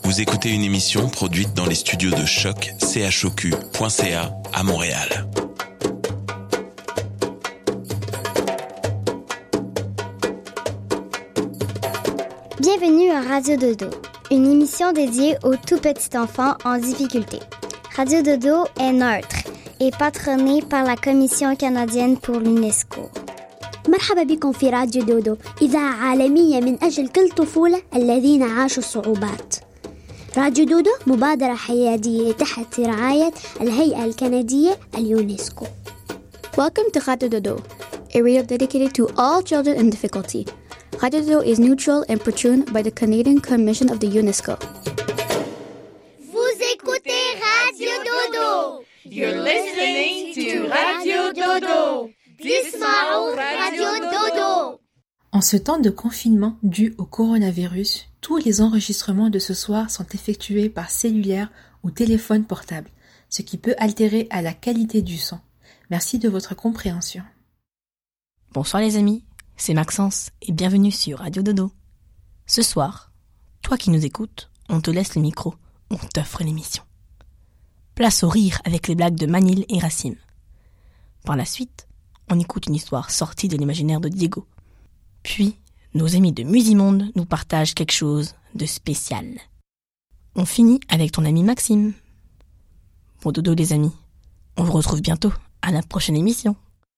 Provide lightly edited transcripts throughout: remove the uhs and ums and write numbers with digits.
Vous écoutez une émission produite dans les studios de Choc, chocu.ca à Montréal. Bienvenue à Radio Dodo, une émission dédiée aux tout petits enfants en difficulté. Radio Dodo est neutre et patronnée par la Commission canadienne pour l'UNESCO. مرحبا بكم في راديو دودو، إذاعة عالمية من أجل كل طفولة الذين عاشوا الصعوبات. راديو دودو مبادرة حيادية تحت رعاية الهيئة الكندية اليونسكو. Welcome to Radio Dodo, a radio dedicated to all children in difficulty. Radio Dodo is neutral and patroned by the Canadian Commission of the UNESCO. Vous écoutez Radio Dodo. You're listening to Radio Dodo. Dismao Radio Dodo. En ce temps de confinement dû au coronavirus, tous les enregistrements de ce soir sont effectués par cellulaire ou téléphone portable, ce qui peut altérer à la qualité du son. Merci de votre compréhension. Bonsoir les amis, c'est Maxence et bienvenue sur Radio Dodo. Ce soir, toi qui nous écoutes, on te laisse le micro, on t'offre l'émission. Place au rire avec les blagues de Manil et Racine. Par la suite, on écoute une histoire sortie de l'imaginaire de Diego. Puis, nos amis de Musimonde nous partagent quelque chose de spécial. On finit avec ton ami Maxime. Bon dodo les amis, on vous retrouve bientôt à la prochaine émission.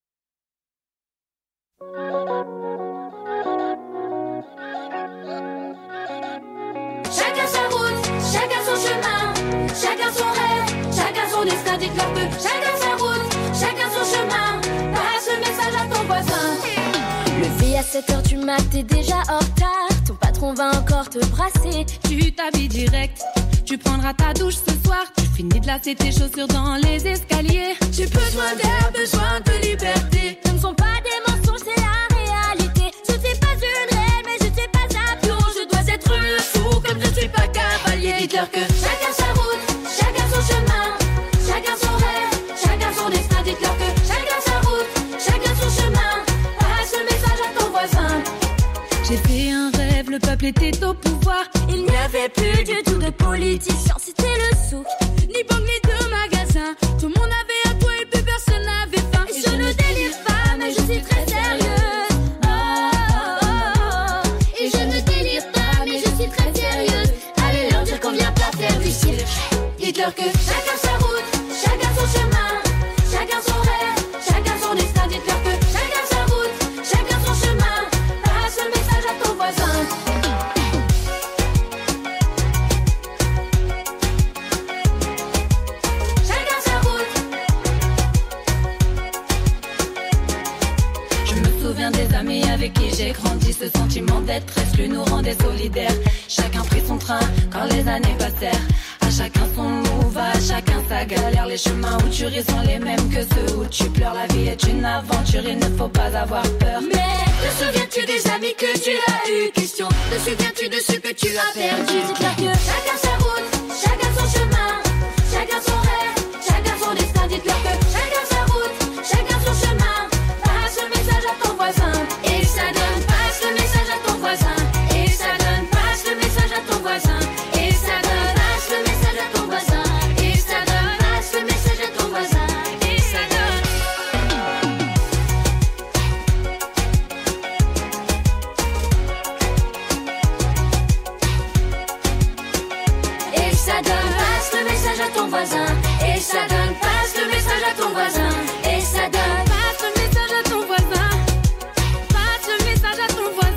Chacun sa route, chacun son chemin, chacun son rêve, chacun son destin, dites-leur que chacun sa route, chacun son chemin, passe le message à ton voisin. Levé à 7h du mat, t'es déjà en retard, ton patron va encore te brasser. Tu t'habilles direct, tu prendras ta douche ce soir, tu finis de lasser tes chaussures dans les escaliers. J'ai besoin d'air, besoin de liberté. Ce ne sont pas des mensonges, c'est la réalité. Je suis pas une reine, mais je suis pas un pion. Je dois être fou comme je suis pas cavalier. Dites-leur que chacun sa route, chacun son chemin, chacun son rêve, chacun son destin. Dites-leur que chacun sa route, chacun son chemin, passe le message à ton voisin. J'ai fait un rêve, le peuple était au pouvoir. Il n'y avait plus du tout de politiciens, c'était le souk. Ni banque ni de magasin, tout le monde avait à toi et plus personne n'avait faim. Et je ne délire pas, mais je suis très sérieuse. Oh, oh, oh. Et je ne délire pas, mais je suis très sérieuse. Allez leur dire qu'on vient pas faire du cirque. Dites-leur que chacun sa route, chacun son chemin, chacun son rêve, chacun son destin. Dites-leur que chacun sa route, chacun son chemin, passe le message à ton voisin. Chacun sa route. Je me souviens des amis avec qui j'ai grandi. Ce sentiment d'être exclu nous rendait solidaires. Chacun prit son train quand les années passèrent. À chacun son move, à chacun sa galère. Les chemins où tu ris sont les mêmes que ceux où tu pleures. La vie est une aventure, il ne faut pas avoir peur. Mais te souviens-tu des amis que tu as eu? Question, te souviens-tu de ce que tu as perdu? Dites-leur que chacun sa route, chacun son chemin, chacun son rêve, chacun son destin. Dites-leur que chacun sa route, chacun son chemin, passe le message à ton voisin. Et ça donne, passe le message à ton voisin. Et ça donne, passe le message à ton voisin. Et ça donne, passe le message à ton voisin. Et ça donne, passe le message à ton voisin. Et ça donne. Et ça donne, passe le message à ton voisin. Et ça donne, passe le message à ton voisin. Et ça donne, Passe le message à ton voisin. Passe le message à ton voisin.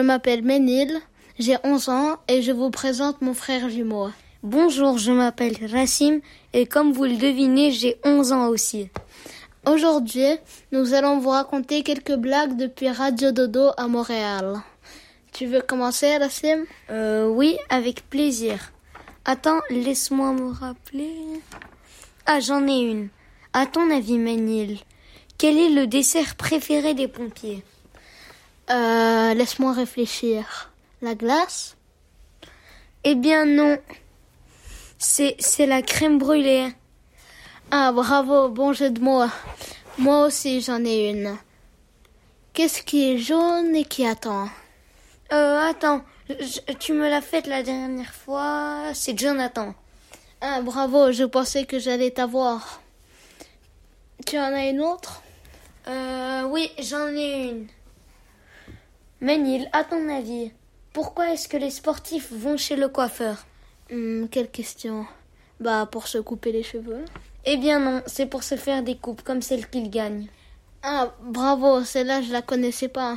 m'appelle Ménil, j'ai 11 ans et je vous présente mon frère jumeau. Bonjour, je m'appelle Rassim et comme vous le devinez, j'ai 11 ans aussi. Aujourd'hui, nous allons vous raconter quelques blagues depuis Radio Dodo à Montréal. Tu veux commencer, Rassim ? Oui, avec plaisir. Attends, laisse-moi me rappeler. Ah, j'en ai une. À ton avis, Ménil, quel est le dessert préféré des pompiers ? Laisse-moi réfléchir. La glace ? Eh bien non. C'est la crème brûlée. Ah, bravo, bon jeu de mots. Moi aussi, j'en ai une. Qu'est-ce qui est jaune et qui attend ? Attends, tu me l'as faite la dernière fois, c'est Jonathan. Ah, bravo, je pensais que j'allais t'avoir. Tu en as une autre ? Oui, j'en ai une. Ménil, à ton avis, pourquoi est-ce que les sportifs vont chez le coiffeur ? Quelle question ? Pour se couper les cheveux. Eh bien non, c'est pour se faire des coupes comme celle qu'il gagne. Ah, bravo, celle-là, je la connaissais pas.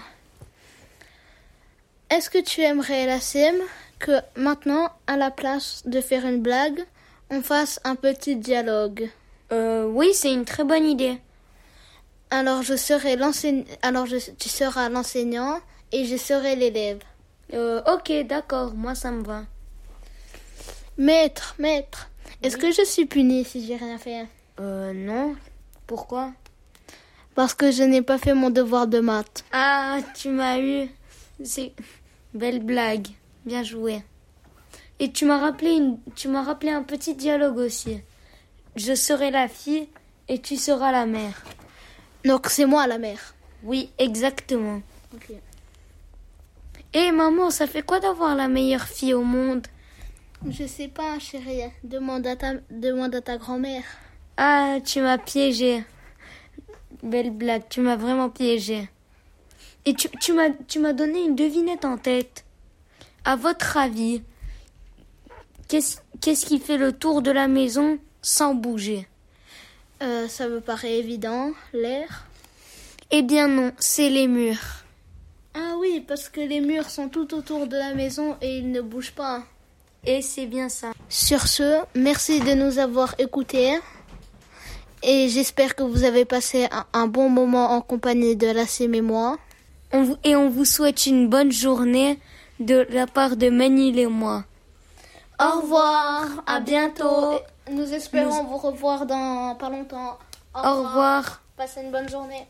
Est-ce que tu aimerais, Rassim, que maintenant, à la place de faire une blague, on fasse un petit dialogue ? Oui, c'est une très bonne idée. Alors, tu seras l'enseignant et je serai l'élève. Ok, d'accord, moi ça me va. Maître, est-ce que je suis punie si j'ai rien fait ? Non. Pourquoi ? Parce que je n'ai pas fait mon devoir de maths. Ah, tu m'as eu. C'est belle blague. Bien joué. Et tu m'as rappelé un petit dialogue aussi. Je serai la fille et tu seras la mère. Donc c'est moi la mère. Oui, exactement. Ok. Eh maman, ça fait quoi d'avoir la meilleure fille au monde ? Je sais pas, chérie. Demande à ta grand-mère. Ah, tu m'as piégée. Belle blague, tu m'as vraiment piégée. Et tu m'as donné une devinette en tête. À votre avis, qu'est-ce qui fait le tour de la maison sans bouger ? Ça me paraît évident. L'air ? Eh bien non, c'est les murs. Ah oui, parce que les murs sont tout autour de la maison et ils ne bougent pas. Et c'est bien ça. Sur ce, merci de nous avoir écoutés. Et j'espère que vous avez passé un bon moment en compagnie de Rassim et moi. On vous souhaite une bonne journée de la part de Ménil et moi. Au revoir, à bientôt. Nous espérons vous revoir dans pas longtemps. Au revoir. Passez une bonne journée.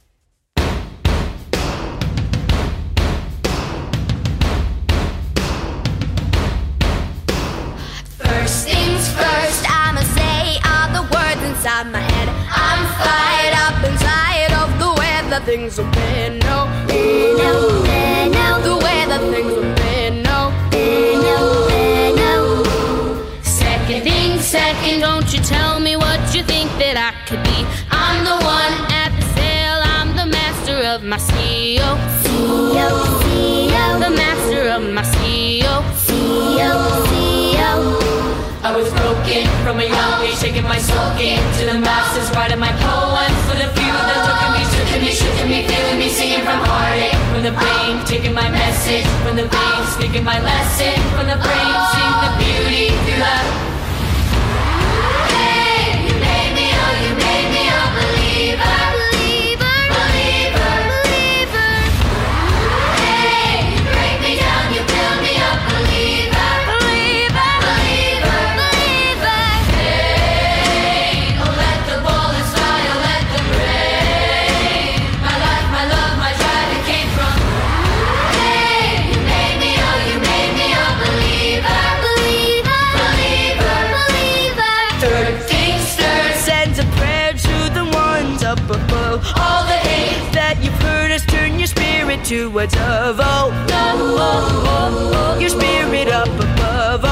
First things first, I'ma say all the words inside my head. I'm fired up inside of the way that things have been. No, the way that things have been. No, second thing second, don't you tell me what you think that I could be. I'm the one at the sail, I'm the master of my CEO. The master of my CEO. I was broken from a young age, taking my soul to the masses, writing my poems for the few that took me, shook me, feeling me, singing from heartache, from the brain, taking my message, from the veins, speaking my lesson, from the brain, seeing the beauty through life. Hey, you made me a believer. Hey, you break me down, you build me up, believer. All the hate that you've heard us turn your spirit to a dove. Oh, your spirit up above.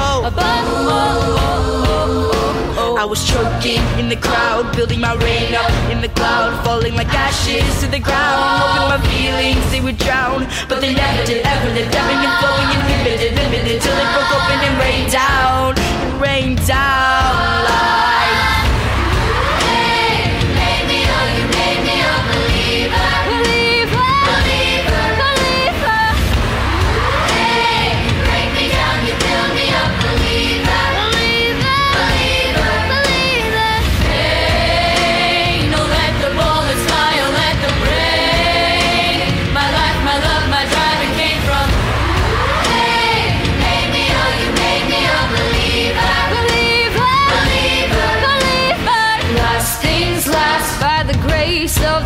I was choking in the crowd, building my rain up in the cloud, falling like ashes to the ground, hoping my feelings they would drown, but they never did, ever did, ebbing and flowing inhibited, limited, till it broke open and rained down like.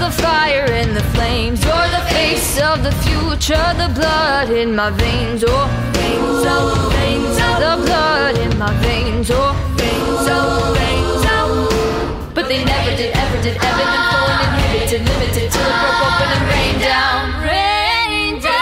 the fire and the flames. You're the face of the future, the blood in my veins. Oh, veins, oh, veins, oh. The blood in my veins. Oh, veins, oh, veins, oh. But they never did, ever did, ebb and flow and inhibited, limited till it broke open and rained down. Rain down.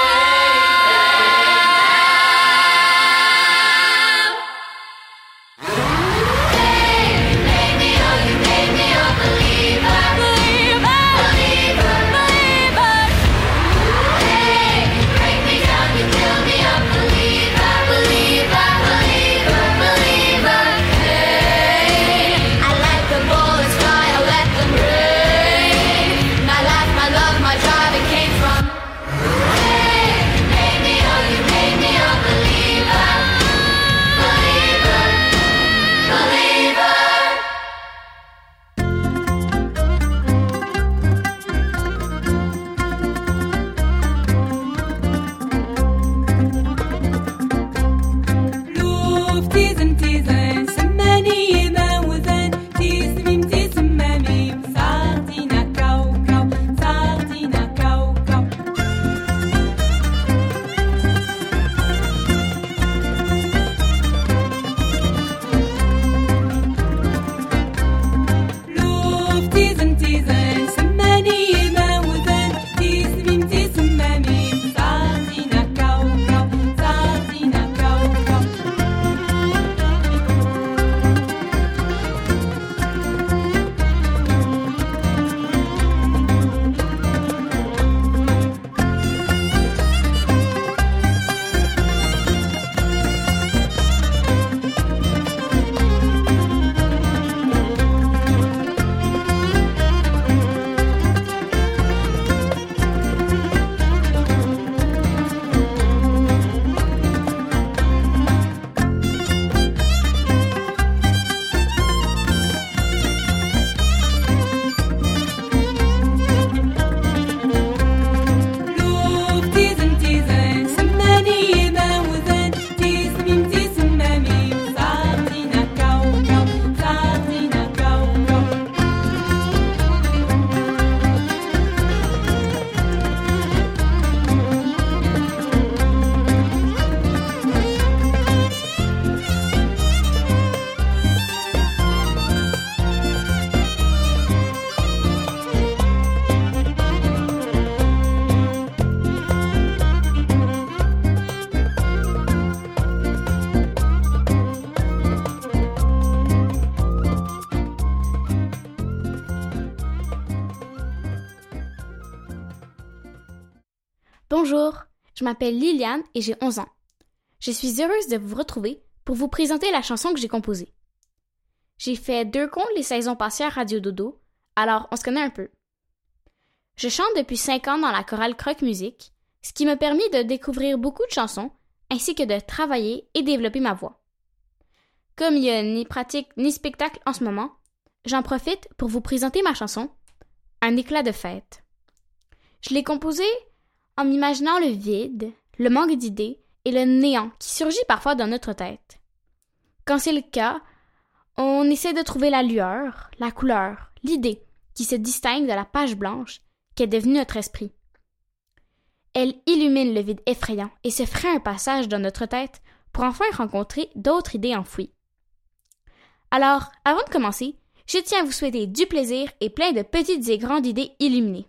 Bonjour, je m'appelle Liliane et j'ai 11 ans. Je suis heureuse de vous retrouver pour vous présenter la chanson que j'ai composée. J'ai fait 2 contes les saisons passées à Radio Dodo, alors on se connaît un peu. Je chante depuis 5 ans dans la chorale Croque Musique, ce qui m'a permis de découvrir beaucoup de chansons ainsi que de travailler et développer ma voix. Comme il n'y a ni pratique ni spectacle en ce moment, j'en profite pour vous présenter ma chanson « Un éclat de fête ». Je l'ai composée en m'imaginant le vide, le manque d'idées et le néant qui surgit parfois dans notre tête. Quand c'est le cas, on essaie de trouver la lueur, la couleur, l'idée qui se distingue de la page blanche qu'est devenue notre esprit. Elle illumine le vide effrayant et se ferait un passage dans notre tête pour enfin rencontrer d'autres idées enfouies. Alors, avant de commencer, je tiens à vous souhaiter du plaisir et plein de petites et grandes idées illuminées.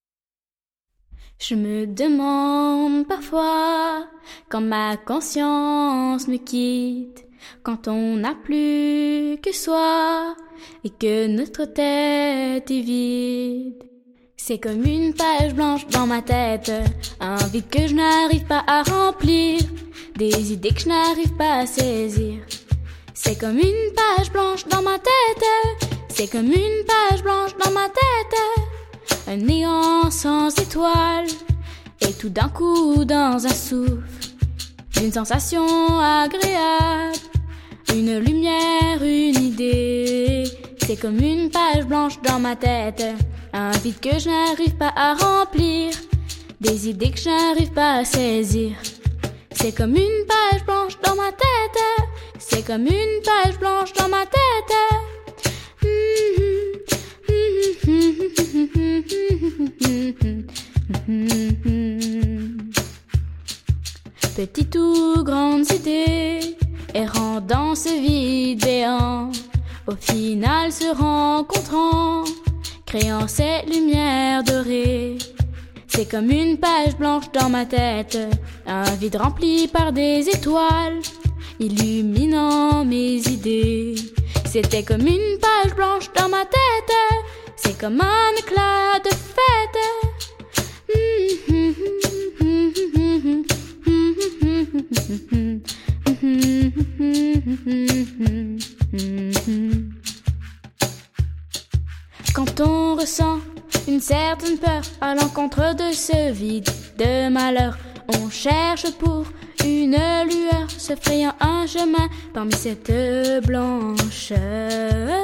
Je me demande parfois, quand ma conscience me quitte, quand on n'a plus que soi et que notre tête est vide. C'est comme une page blanche dans ma tête, un vide que je n'arrive pas à remplir, des idées que je n'arrive pas à saisir. C'est comme une page blanche dans ma tête, c'est comme une page blanche dans ma tête, un néant sans étoiles, et tout d'un coup dans un souffle, une sensation agréable, une lumière, une idée. C'est comme une page blanche dans ma tête, un vide que je n'arrive pas à remplir, des idées que je n'arrive pas à saisir. C'est comme une page blanche dans ma tête, c'est comme une page blanche dans ma tête. Petite ou grande cité, errant dans ce vide béant, au final se rencontrant, créant cette lumière dorée. C'est comme une page blanche dans ma tête, un vide rempli par des étoiles, illuminant mes idées. C'était comme une page blanche dans ma tête, c'est comme un éclat de fête. Quand on ressent une certaine peur à l'encontre de ce vide de malheur, on cherche pour une lueur, se frayant un chemin parmi cette blancheur.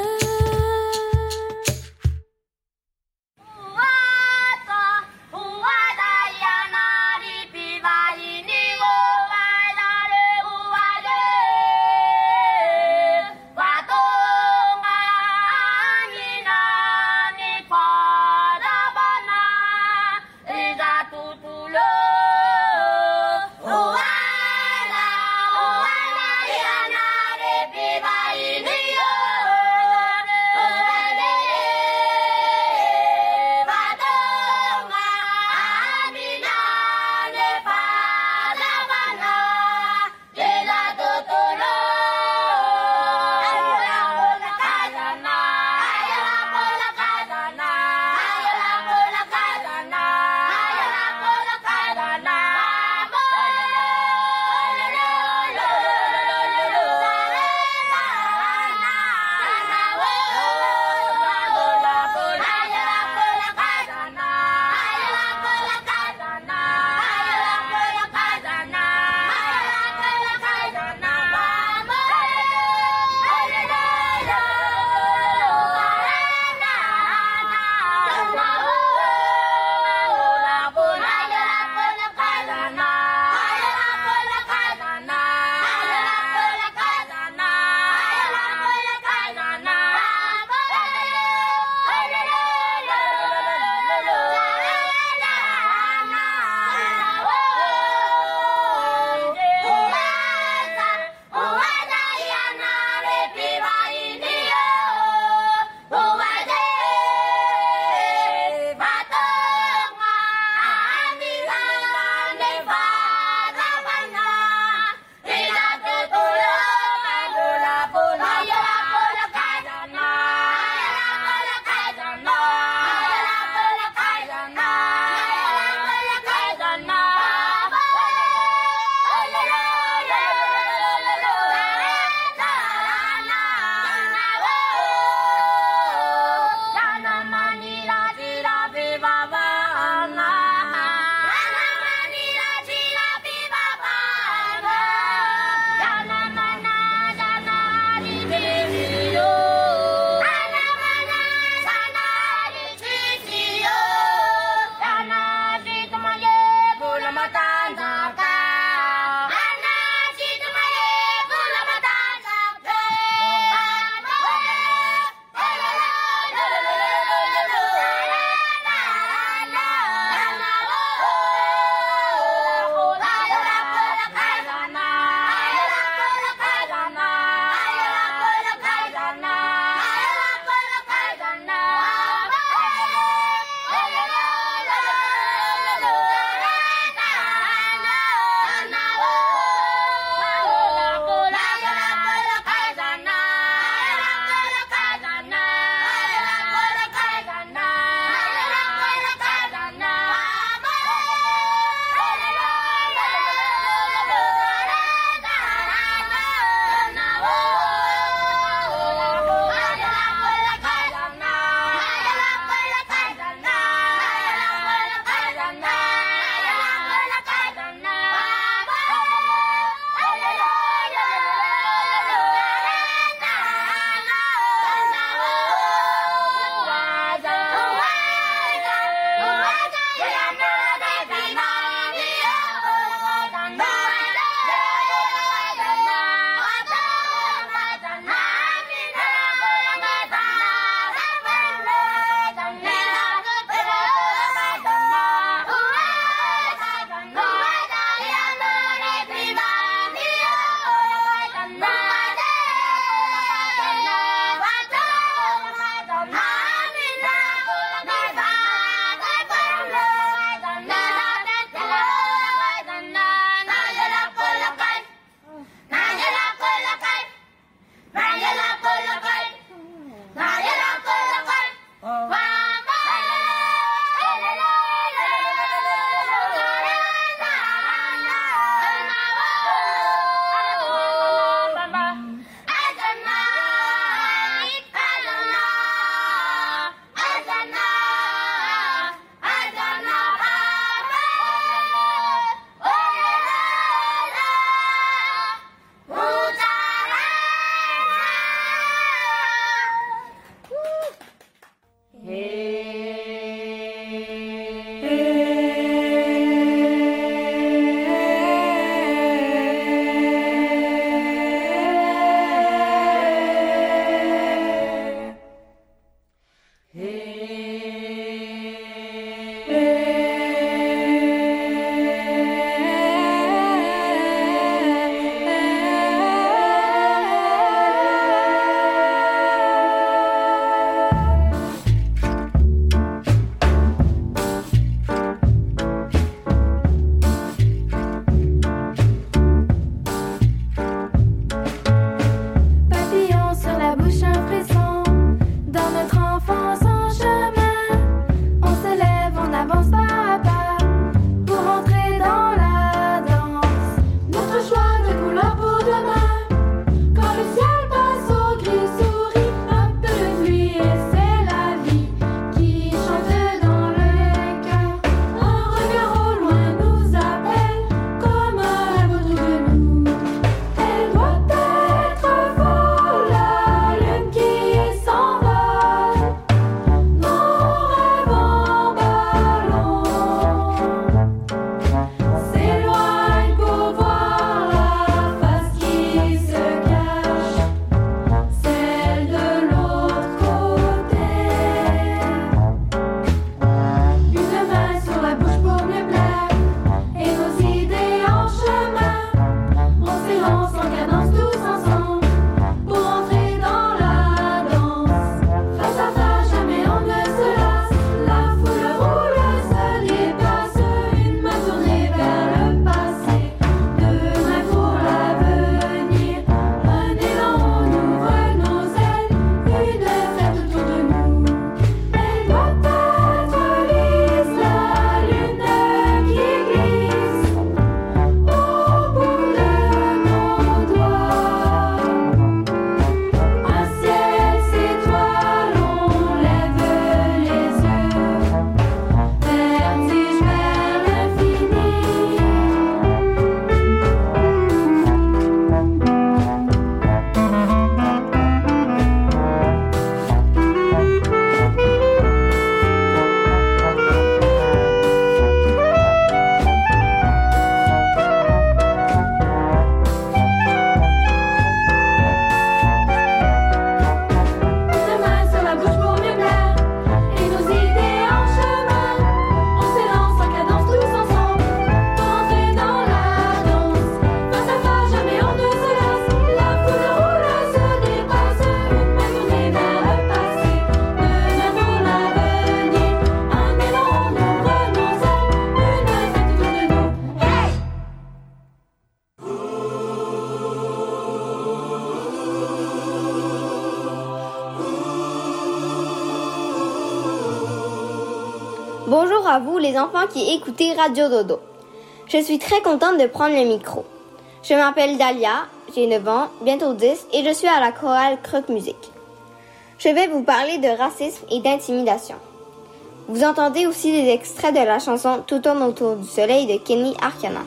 Bonjour à vous les enfants qui écoutez Radio Dodo. Je suis très contente de prendre le micro. Je m'appelle Dalia, j'ai 9 ans, bientôt 10 et je suis à la chorale Croque-Musique. Je vais vous parler de racisme et d'intimidation. Vous entendez aussi des extraits de la chanson Tout tourne autour du soleil de Kenny Arcana.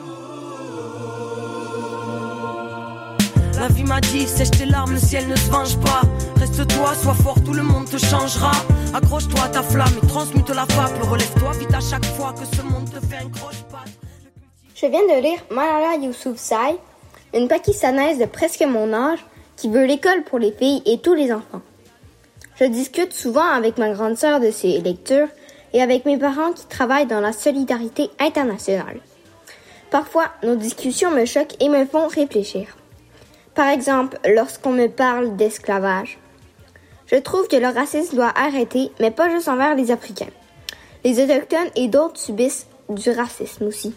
La vie m'a dit, sèche tes larmes si elle ne se venge pas. Reste-toi, sois fort, tout le monde te changera. Accroche-toi à ta flamme et transmute la fable. Relève-toi vite à chaque fois que ce monde te fait un croche-patte. Je viens de lire Malala Yousafzai, une Pakistanaise de presque mon âge qui veut l'école pour les filles et tous les enfants. Je discute souvent avec ma grande sœur de ces lectures et avec mes parents qui travaillent dans la solidarité internationale. Parfois, nos discussions me choquent et me font réfléchir. Par exemple, lorsqu'on me parle d'esclavage. Je trouve que le racisme doit arrêter, mais pas juste envers les Africains. Les Autochtones et d'autres subissent du racisme aussi.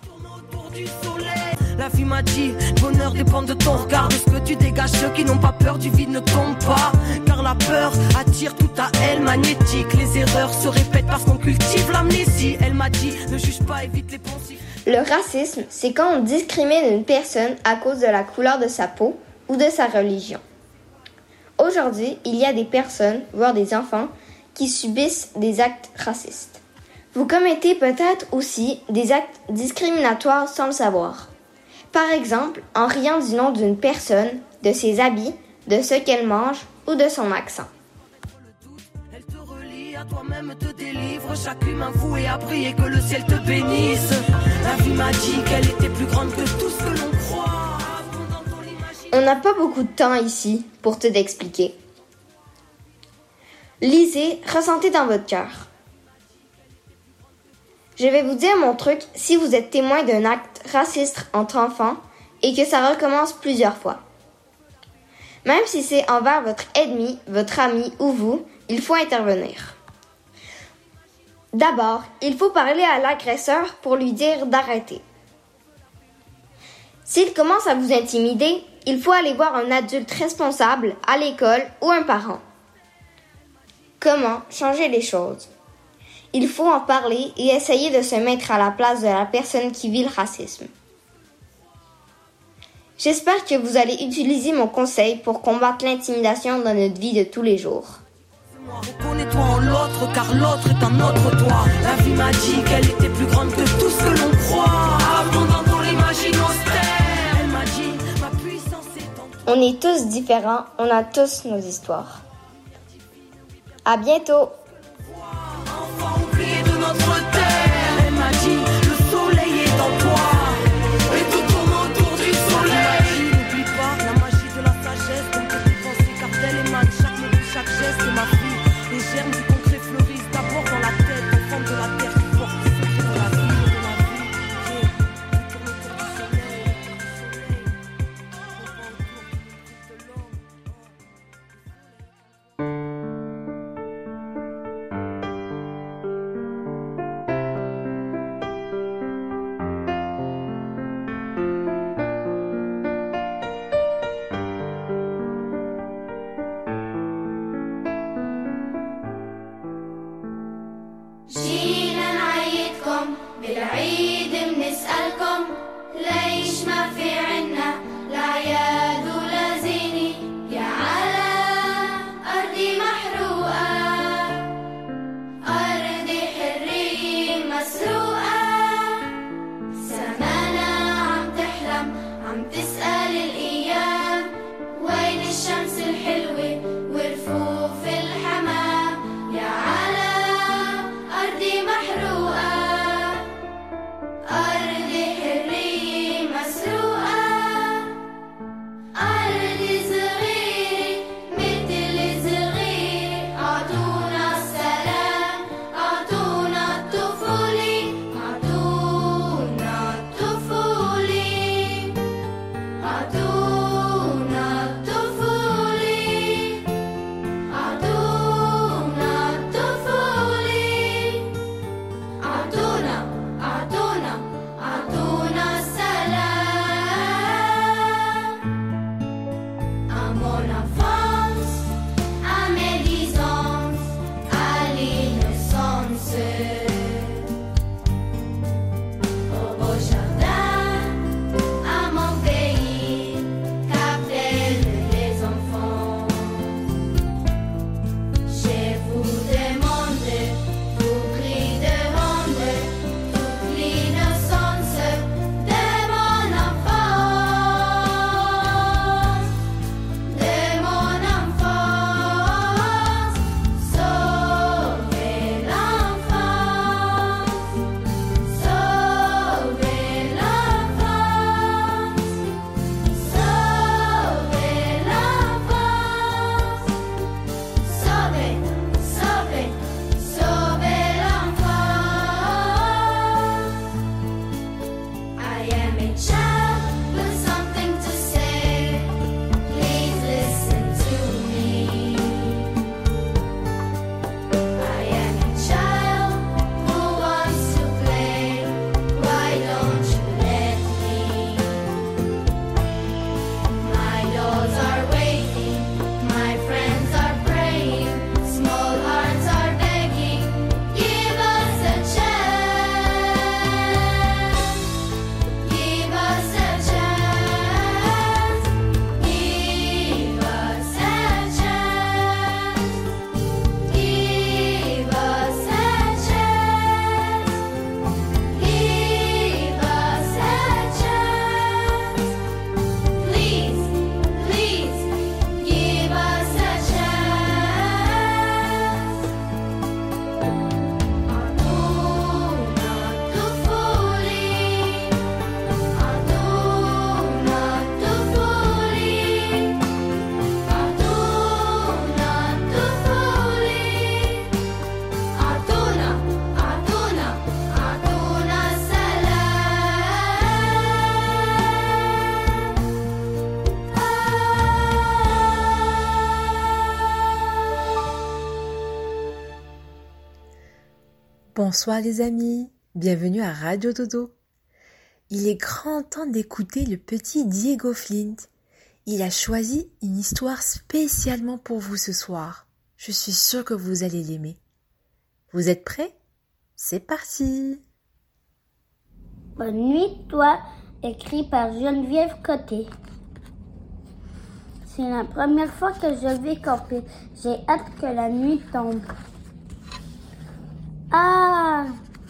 La vie m'a dit, bonheur dépend de ton regard, de ce que tu dégages. Ceux qui n'ont pas peur du vide ne tombent pas, car la peur attire tout à elle magnétique. Les erreurs se répètent parce qu'on cultive l'amnésie. Elle m'a dit, ne juge pas, évite les poncifs. Le racisme, c'est quand on discrimine une personne à cause de la couleur de sa peau ou de sa religion. Aujourd'hui, il y a des personnes, voire des enfants, qui subissent des actes racistes. Vous commettez peut-être aussi des actes discriminatoires sans le savoir. Par exemple, en riant du nom d'une personne, de ses habits, de ce qu'elle mange ou de son accent. Elle te relie à toi-même, te délivre. Chaque humain voué à prier que le ciel te bénisse. La vie m'a dit qu'elle était plus grande que tout ce que l'on croit. On n'a pas beaucoup de temps ici pour tout expliquer. Lisez, ressentez dans votre cœur. Je vais vous dire mon truc si vous êtes témoin d'un acte raciste entre enfants et que ça recommence plusieurs fois. Même si c'est envers votre ennemi, votre ami ou vous, il faut intervenir. D'abord, il faut parler à l'agresseur pour lui dire d'arrêter. S'il commence à vous intimider, il faut aller voir un adulte responsable à l'école ou un parent. Comment changer les choses? Il faut en parler et essayer de se mettre à la place de la personne qui vit le racisme. J'espère que vous allez utiliser mon conseil pour combattre l'intimidation dans notre vie de tous les jours. Reconnais-toi en l'autre, car l'autre est un autre toi. La vie m'a dit qu'elle était plus grande que tout ce que l'on croit. Abondant dans l'imagine austère. Elle m'a dit, ma puissance est en... On est tous différents, on a tous nos histoires. À bientôt! Enfant oublié de notre terre. Elle m'a dit, le soleil est en toi. Et tout tourne autour du soleil. N'oublie pas la magie de la sagesse. Donc tes pensées, car d'elle émane chaque mot, chaque geste. Et ma fille, les germes du concret fleurissent d'abord dans la tête. Enfant de la terre qui porte ce secret de la vie. جينا نعيدكم بالعيد بنسألكم ليش ما في عنا الأعياد ولا زينة يا على أرضي محروقة أرضي حرية مسروقة سمانا عم تحلم عم تسأل الأيام وين الشمس الحلوة ورفوف الحمام يا على أرضي محروقة أرضي حرية مسروقة أرضي صغيرة مثل صغير أعطونا السلام أعطونا الطفولة أعطونا الطفولة أعطونا الطفولة أعطونا الطفولة أعطونا السلام À mon enfance, à mes 10 ans, à l'innocence Bonsoir les amis, bienvenue à Radio Dodo. Il est grand temps d'écouter le petit Diego Flint. Il a choisi une histoire spécialement pour vous ce soir. Je suis sûre que vous allez l'aimer. Vous êtes prêts? C'est parti! Bonne nuit, toi, écrit par Geneviève Côté. C'est la première fois que je vais camper. J'ai hâte que la nuit tombe. Ah!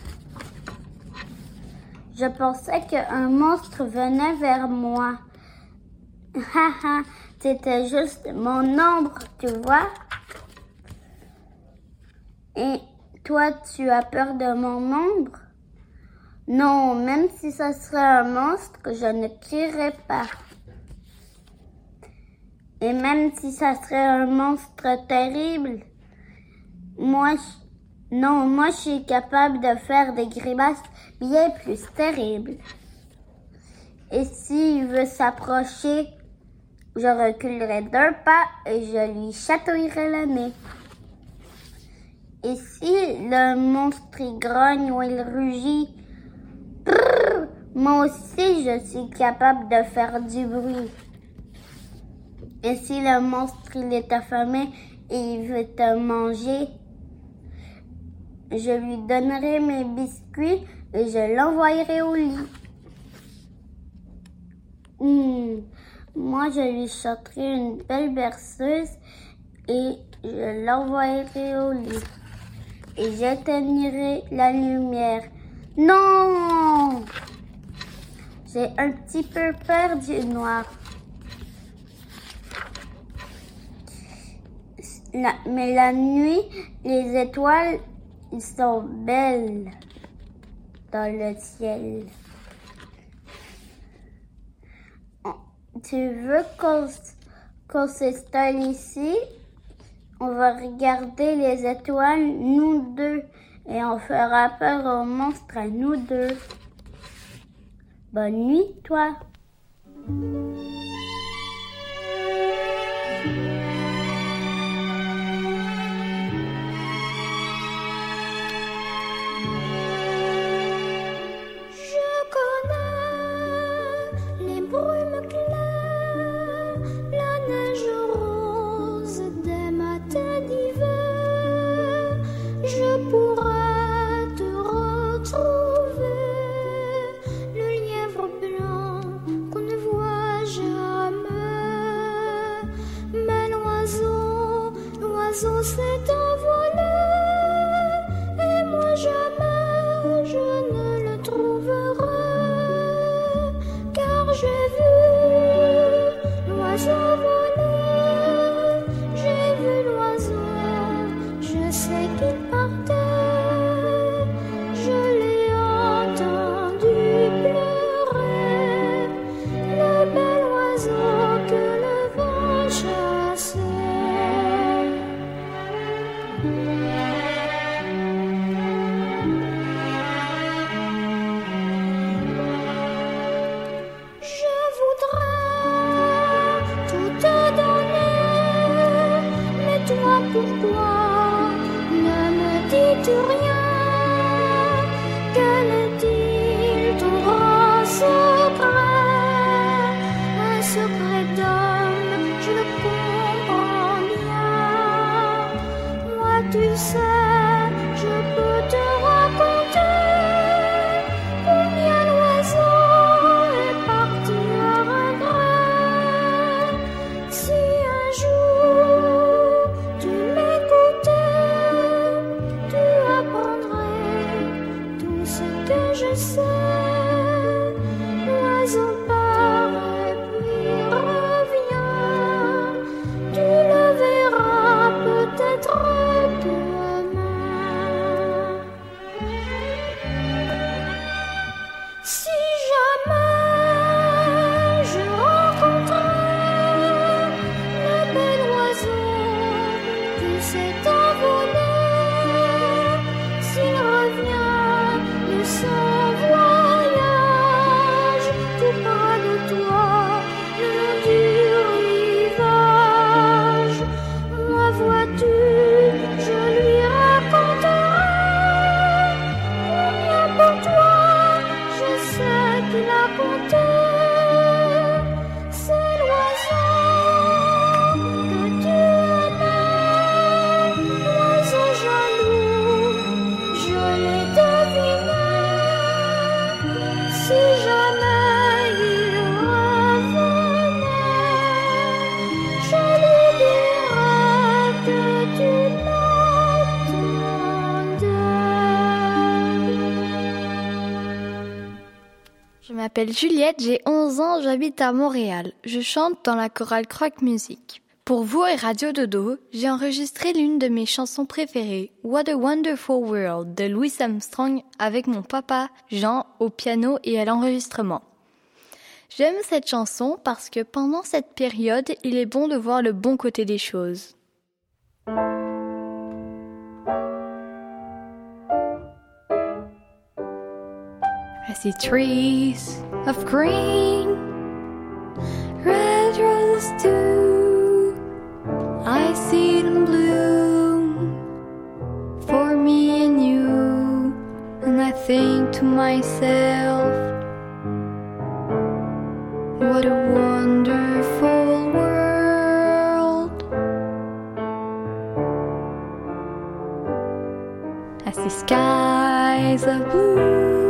Je pensais qu'un monstre venait vers moi. Haha, c'était juste mon ombre, tu vois? Et toi, tu as peur de mon ombre? Non, même si ça serait un monstre, je ne crierais pas. Et même si ça serait un monstre terrible, moi je suis capable de faire des grimaces bien plus terribles. Et s'il veut s'approcher, je reculerai d'un pas et je lui chatouillerai le nez. Et si le monstre il grogne ou il rugit, brrr, moi aussi je suis capable de faire du bruit. Et si le monstre il est affamé et il veut te manger, je lui donnerai mes biscuits et je l'envoyerai au lit. Moi, je lui chanterai une belle berceuse et je l'envoyerai au lit. Et j'éteignerai la lumière. Non! J'ai un petit peu peur du noir. Mais la nuit, les étoiles, ils sont belles dans le ciel. Tu veux qu'on s'installe ici? On va regarder les étoiles, nous deux, et on fera peur au monstre à nous deux. Bonne nuit, toi. m'appelle Juliette, j'ai 11 ans, j'habite à Montréal. Je chante dans la chorale Croque Musique. Pour vous et Radio Dodo, j'ai enregistré l'une de mes chansons préférées, What a Wonderful World, de Louis Armstrong, avec mon papa, Jean, au piano et à l'enregistrement. J'aime cette chanson parce que pendant cette période, il est bon de voir le bon côté des choses. I see trees of green, red roses too. I see them bloom for me and you. And I think to myself, what a wonderful world. I see skies of blue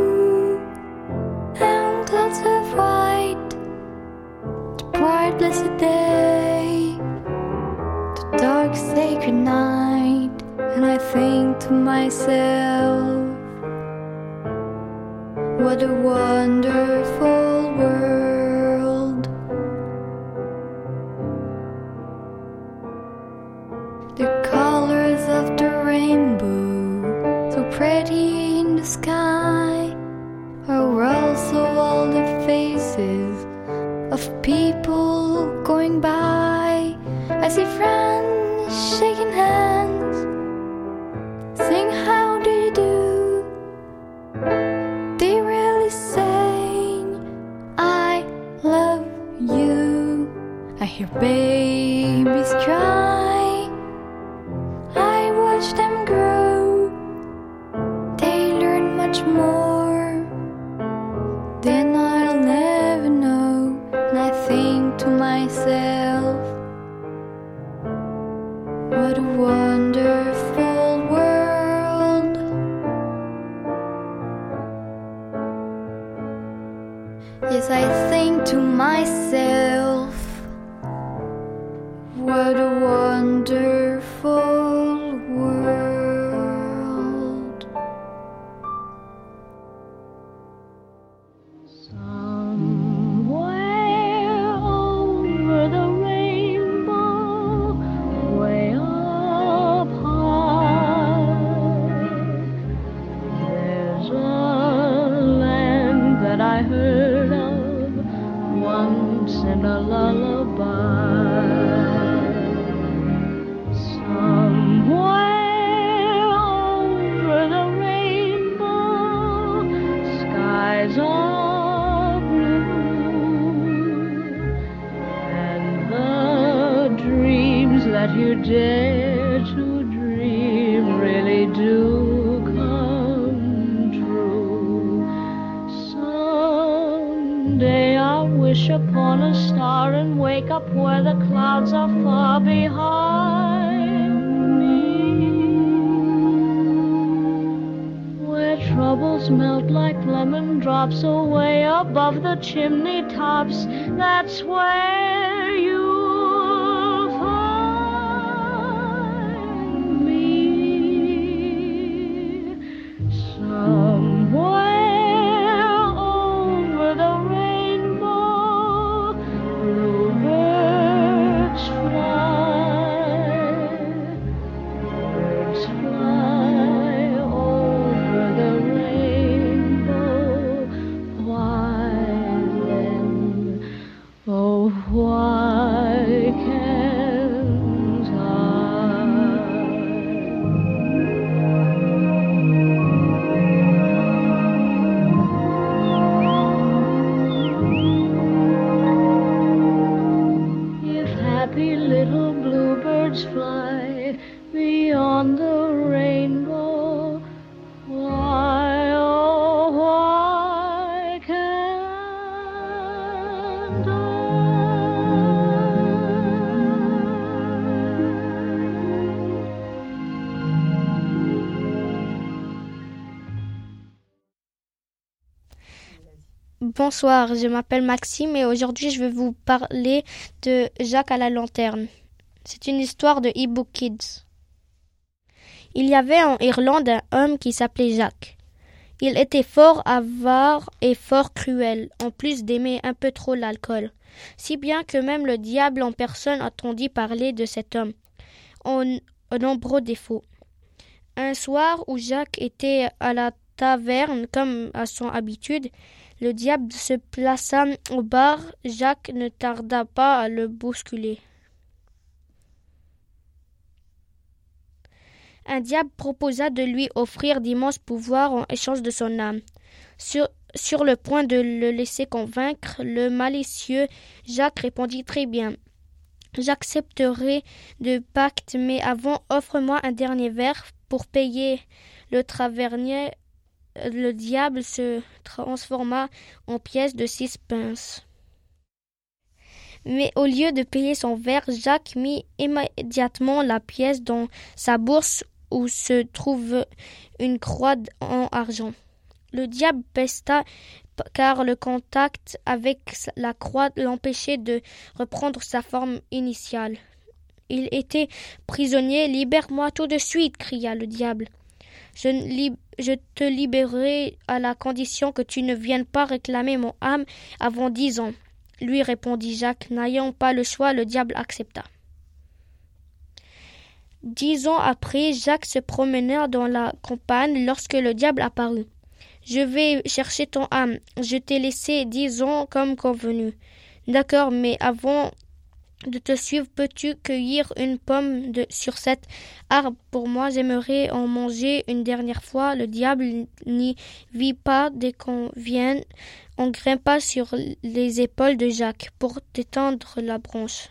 and clouds of white, the bright blessed day, the dark sacred night, and I think to myself, what a wonderful world. The colors of the rainbow, so pretty in the sky, are also all the faces of people going by. I see friends shaking hands, saying how do you do. They really saying I love you. I hear babies cry, I watch them grow. They learn much more than I'll never know. And I think to myself, what a wonderful world. Yes, I think to myself, what a wonderful world. You dare to dream really do come true. Someday I'll wish upon a star and wake up where the clouds are far behind me, where troubles melt like lemon drops away above the chimney tops. That's where you Bonsoir, je m'appelle Maxime et aujourd'hui je vais vous parler de Jacques à la lanterne. C'est une histoire de e-book Kids. Il y avait en Irlande un homme qui s'appelait Jacques. Il était fort avare et fort cruel, en plus d'aimer un peu trop l'alcool, si bien que même le diable en personne entendit parler de cet homme, en nombreux défauts. Un soir où Jacques était à la taverne comme à son habitude, le diable se plaça au bar. Jacques ne tarda pas à le bousculer. Un diable proposa de lui offrir d'immenses pouvoirs en échange de son âme. Sur le point de le laisser convaincre, le malicieux Jacques répondit très bien. J'accepterai le pacte, mais avant, offre-moi un dernier verre pour payer le tavernier. Le diable se transforma en pièce de 6 pinces. Mais au lieu de payer son verre, Jacques mit immédiatement la pièce dans sa bourse où se trouve une croix en argent. Le diable pesta car le contact avec la croix l'empêchait de reprendre sa forme initiale. Il était prisonnier. « Libère-moi tout de suite !» cria le diable. Je te libérerai à la condition que tu ne viennes pas réclamer mon âme avant 10 ans, lui répondit Jacques. N'ayant pas le choix, le diable accepta. 10 ans après, Jacques se promenait dans la campagne lorsque le diable apparut. « Je vais chercher ton âme. Je t'ai laissé 10 ans comme convenu. »« D'accord, mais avant de te suivre, peux-tu cueillir une pomme sur cet arbre pour moi? J'aimerais en manger une dernière fois. » Le diable n'y vit pas dès qu'on vient. On grimpa sur les épaules de Jacques pour atteindre la branche.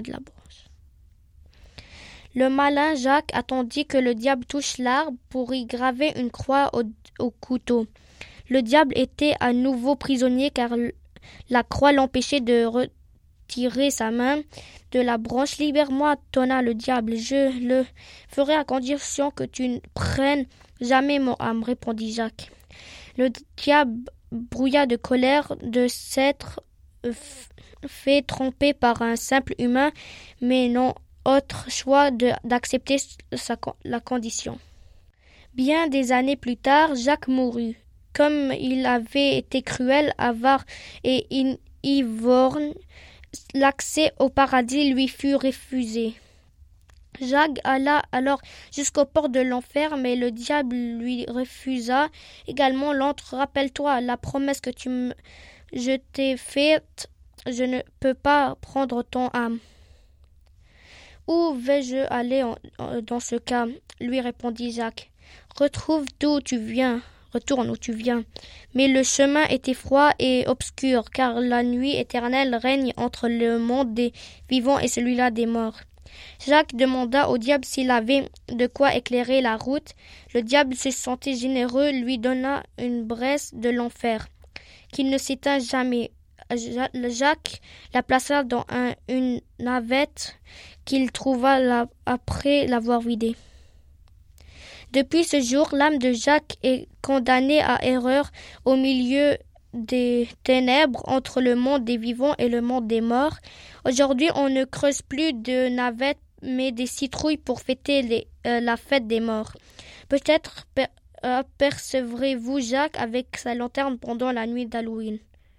Le malin Jacques attendit que le diable touche l'arbre pour y graver une croix au couteau. Le diable était à nouveau prisonnier car la croix l'empêchait de retirer sa main de la branche. « Libère-moi, tonna le diable. Je le ferai à condition que tu ne prennes jamais mon âme, répondit Jacques. Le diable brouilla de colère de s'être fait tromper par un simple humain, mais non autre choix d'accepter la condition. Bien des années plus tard, Jacques mourut. Comme il avait été cruel, avare et ivrogne, l'accès au paradis lui fut refusé. Jacques alla alors jusqu'aux portes de l'enfer, mais le diable lui refusa également l'entrée. « Rappelle-toi la promesse que je t'ai faite, je ne peux pas prendre ton âme. » « Où vais-je aller dans ce cas ?» lui répondit Jacques. « Retourne où tu viens. » Mais le chemin était froid et obscur, car la nuit éternelle règne entre le monde des vivants et celui-là des morts. Jacques demanda au diable s'il avait de quoi éclairer la route. Le diable se sentait généreux, lui donna une braise de l'enfer, qui ne s'éteint jamais. Jacques la plaça dans une navette qu'il trouva après l'avoir vidée. Depuis ce jour, l'âme de Jacques est condamnée à erreur au milieu des ténèbres entre le monde des vivants et le monde des morts. Aujourd'hui, on ne creuse plus de navettes, mais des citrouilles pour fêter la fête des morts. Peut-être apercevrez-vous Jacques avec sa lanterne pendant la nuit d'Halloween.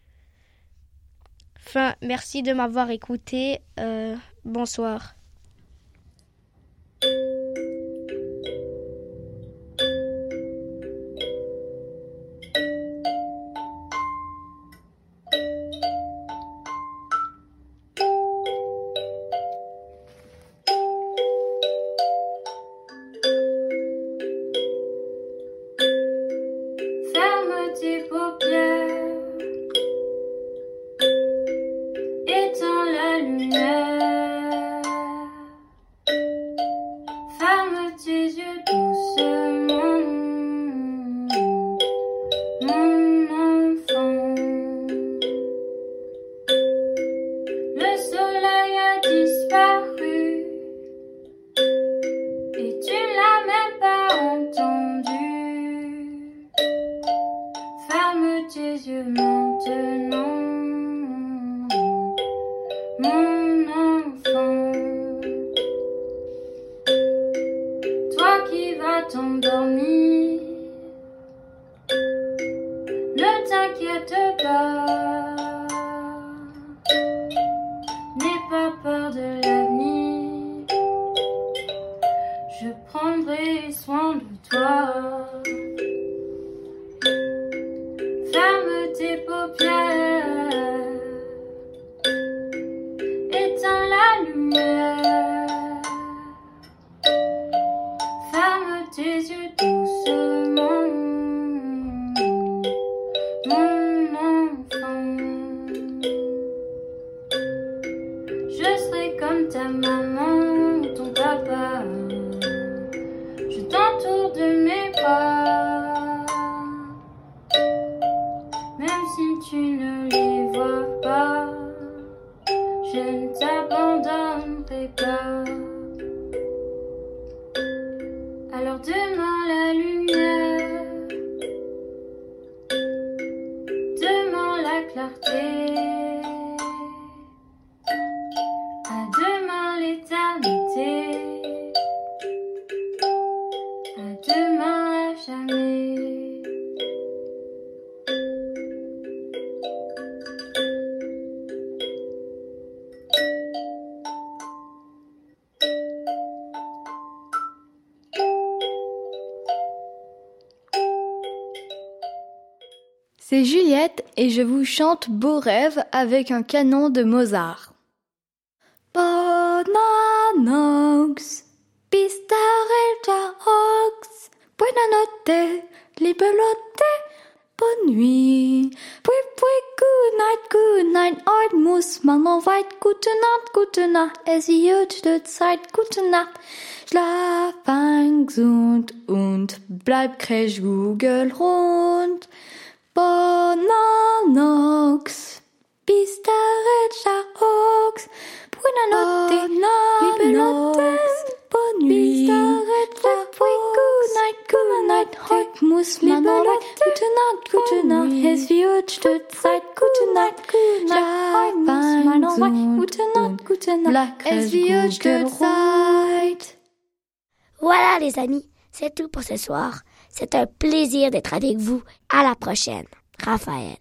Enfin, merci de m'avoir écouté. Bonsoir. Ferme tes paupières, éteins la lumière, ferme tes yeux doucement, mon enfant. Le soleil a disparu et tu ne l'as même pas entendu. Ferme tes yeux maintenant, mon enfant. Toi qui vas t'endormir, lumière. Ferme tes yeux doucement, mon enfant. Je serai comme ta maman ou ton papa. Je t'entoure de mes bras. Même si tu ne les vois pas, je ne t'abandonnerai pas. Alors demain la lumière, demain la clarté, à demain l'éternité, à demain à jamais. C'est Juliette et je vous chante Beau rêve avec un canon de Mozart. Bonanox, pistarelta ox, buena notte, libelotte, bonne nuit. Good night, heute muss man noch weit. Gute Nacht, es wird Zeit, gute Nacht. Schlaf ein gesund und bleib crash Google rund. Bonanox, pistarelta ox, buena notte, libelotte, bonne nuit. Good night, heute muss man noch weit. Gute Nacht, es wird Zeit, gute Nacht. Schlaf ein gesund, gute Nacht, es wird Zeit. Voilà les amis, c'est tout pour ce soir. C'est un plaisir d'être avec vous. À la prochaine. Raphaël.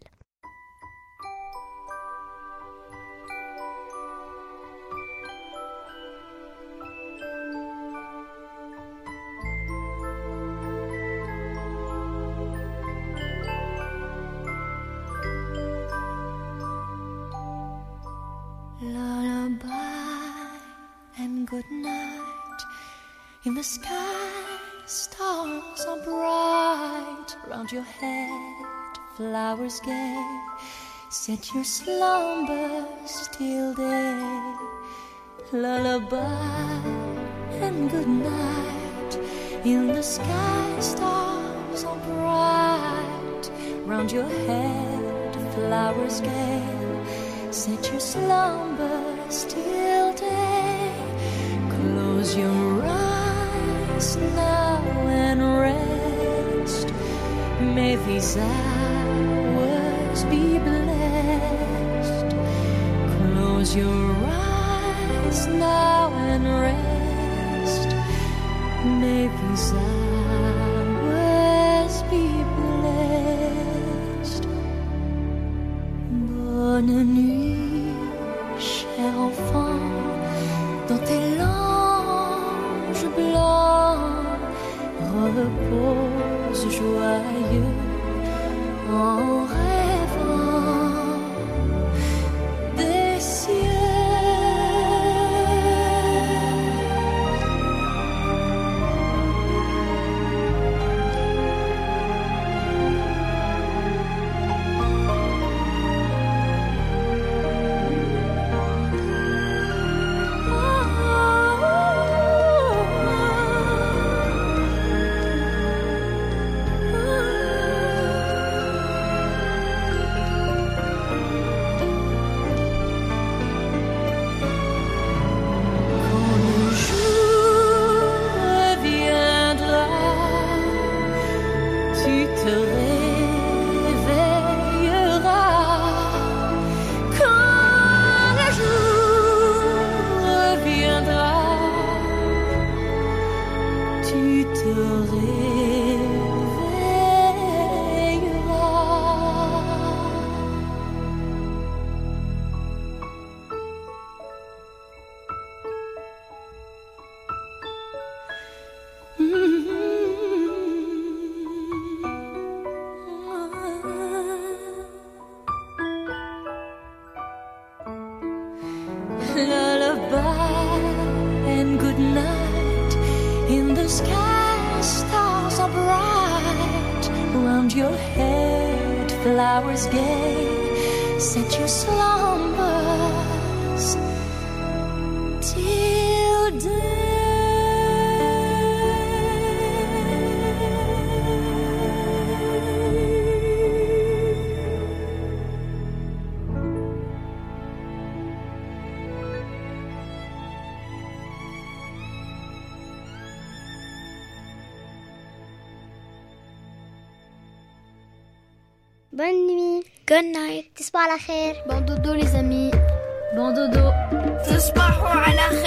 Lullaby and good night. In the sky, stars are bright. Round your head, flowers gay. Set your slumbers till day. Lullaby and good night. In the sky, stars are bright. Round your head, flowers gay. Set your slumbers till day. Close your eyes now and rest. May these hours be blessed. Close your eyes now and rest. May these hours be blessed. Bonne nuit, cher enfant, dans tes langes blancs, repose joyeux en rêvant des cieux. In the sky, stars are bright. Round your head, flowers gay. Set your slumbers till day. Bonne nuit. Good night. تصبحوا على خير. Bon dodo les amis. Bon dodo. تصبحوا على